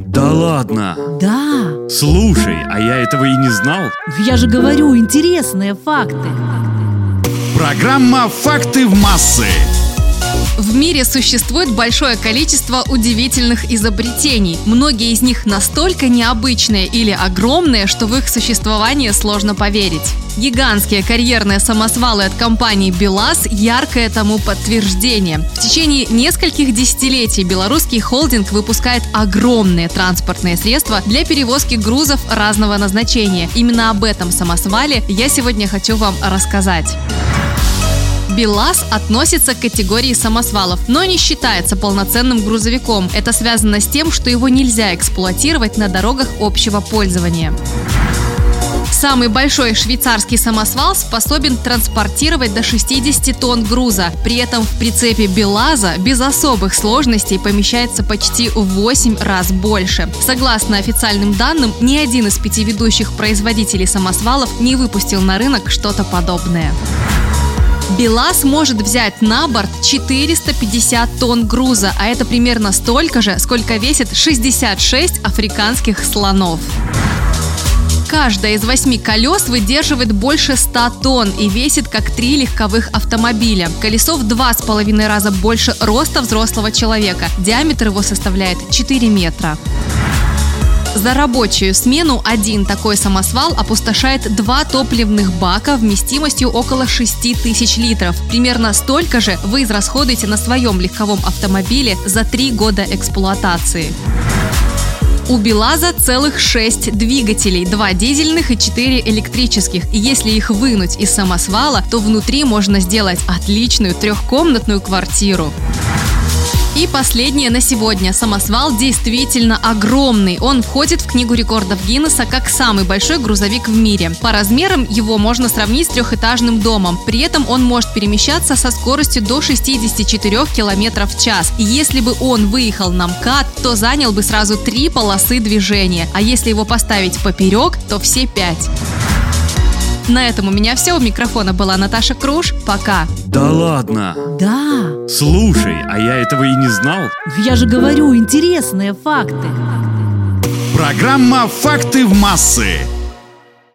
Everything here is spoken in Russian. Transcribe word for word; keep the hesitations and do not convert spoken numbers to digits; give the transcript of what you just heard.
Да ладно? Да. Слушай, а я этого и не знал. Я же говорю, интересные факты. Программа «Факты в массы». В мире существует большое количество удивительных изобретений. Многие из них настолько необычные или огромные, что в их существование сложно поверить. Гигантские карьерные самосвалы от компании БелАЗ – яркое тому подтверждение. В течение нескольких десятилетий белорусский холдинг выпускает огромные транспортные средства для перевозки грузов разного назначения. Именно об этом самосвале я сегодня хочу вам рассказать. БелАЗ относится к категории самосвалов, но не считается полноценным грузовиком. Это связано с тем, что его нельзя эксплуатировать на дорогах общего пользования. Самый большой швейцарский самосвал способен транспортировать до шестидесяти тонн груза. При этом в прицепе БелАЗа без особых сложностей помещается почти в восемь раз больше. Согласно официальным данным, ни один из пяти ведущих производителей самосвалов не выпустил на рынок что-то подобное. БелАЗ может взять на борт четыреста пятьдесят тонн груза, а это примерно столько же, сколько весит шестьдесят шесть африканских слонов. Каждая из восьми колес выдерживает больше ста тонн и весит как три легковых автомобиля. Колесо в два с половиной раза больше роста взрослого человека. Диаметр его составляет четыре метра. За рабочую смену один такой самосвал опустошает два топливных бака вместимостью около шести тысяч литров. Примерно столько же вы израсходуете на своем легковом автомобиле за три года эксплуатации. У БелАЗа целых шесть двигателей, два дизельных и четыре электрических. И если их вынуть из самосвала, то внутри можно сделать отличную трехкомнатную квартиру. И последнее на сегодня. Самосвал действительно огромный. Он входит в Книгу рекордов Гиннесса как самый большой грузовик в мире. По размерам его можно сравнить с трехэтажным домом. При этом он может перемещаться со скоростью до шестидесяти четырёх километров в час. И если бы он выехал на МКАД, то занял бы сразу три полосы движения. А если его поставить поперек, то все пять. На этом у меня все. У микрофона была Наташа Круш. Пока. Да ладно? Да. Слушай, а я этого и не знал. Я же говорю, интересные факты. Программа «Факты в массы».